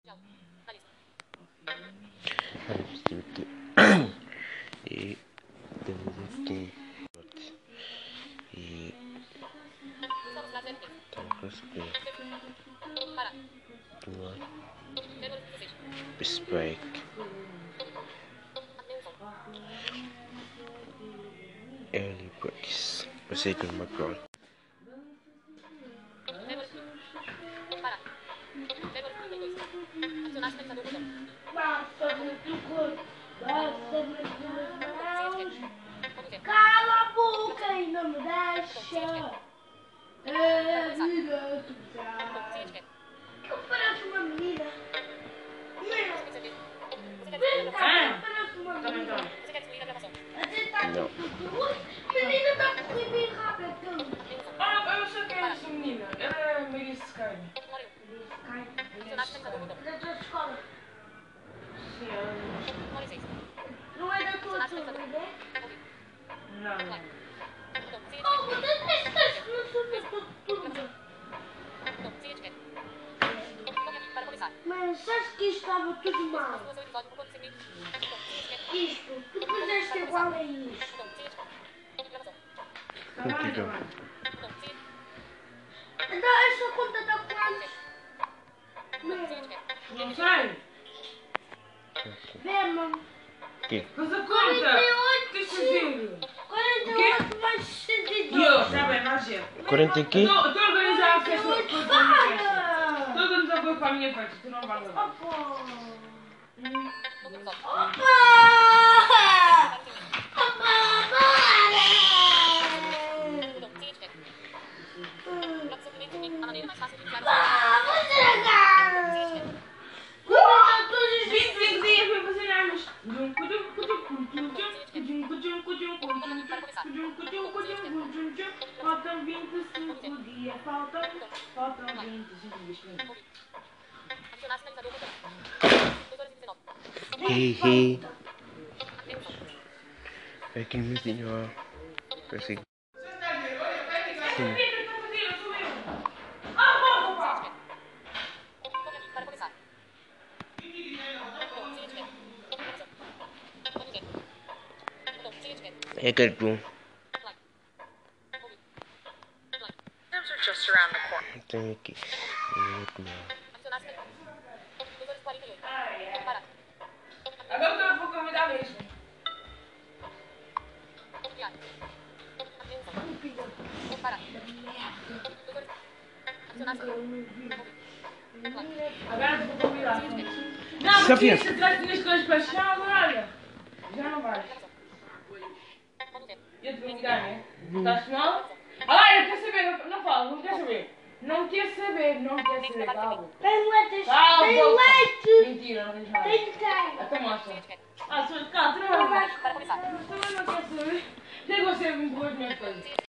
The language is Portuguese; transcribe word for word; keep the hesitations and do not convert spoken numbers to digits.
E temos aqui e tá conseguindo do Spike Early Breaks Forsaken Macron. Cala a boca e não me deixa. É vida social. Eu pareço uma menina. Vem cá, parece uma menina. Não. Menina está a correr bem rápido. Ah, eu sei quem é essa menina. Ela é a Maria Sky. Da tua escola. Sim, ela Não é da tua turma, né? não. Oh, mas detestas que não sou da tua turma. Mas sabes que isto estava tudo mal? Isto, tu puseste igual a isto. Continua. Então esta conta dá quantos? Não sei. Vê, mano. Aqui. Faz a quarenta e conta. oito. Tens de fazer. quarenta e oito mais sessenta e E dois. eu, já bem, mais gente. quarenta aqui. Estou a organizar a festa quarenta e oito. para a minha festa. Para! Estou a organizar coisa para a minha festa. Tu não vais lá. Opa! Hum. Opa! Opa! Para! Ah, vou estragar! Vou matar todos os vinte e cinco dias para fazer anos. Cujum, cujum, cujum, cujum, cujum, cujum, cujum, cujum, cujum, cujum, cujum, cujum, cujum. Faltam vinte e cinco dias. Faltam, faltam vinte e cinco dias. Hehe. Aqui no mesinho, ó. Parece que. Sim. É cartoon. Tem aqui. Agora eu vou convidar mesmo. Agora eu vou convidar. Não, mas Sofia. tinhas atrás tinhas coisas para achar, agora olha. Já não vais. Eu te vou ligar, né? Estás mal? Ah, eu quero saber, não, não fala, não quer saber. Não quer saber, não quer saber, cala. Tem leite! Cala a Tem boca. leite! Mentira, não tens nada. Tem tem! Até mostra. Ah, se calma, tu não vais. Tu não quer saber. Eu vou ser muito boa as minhas coisas.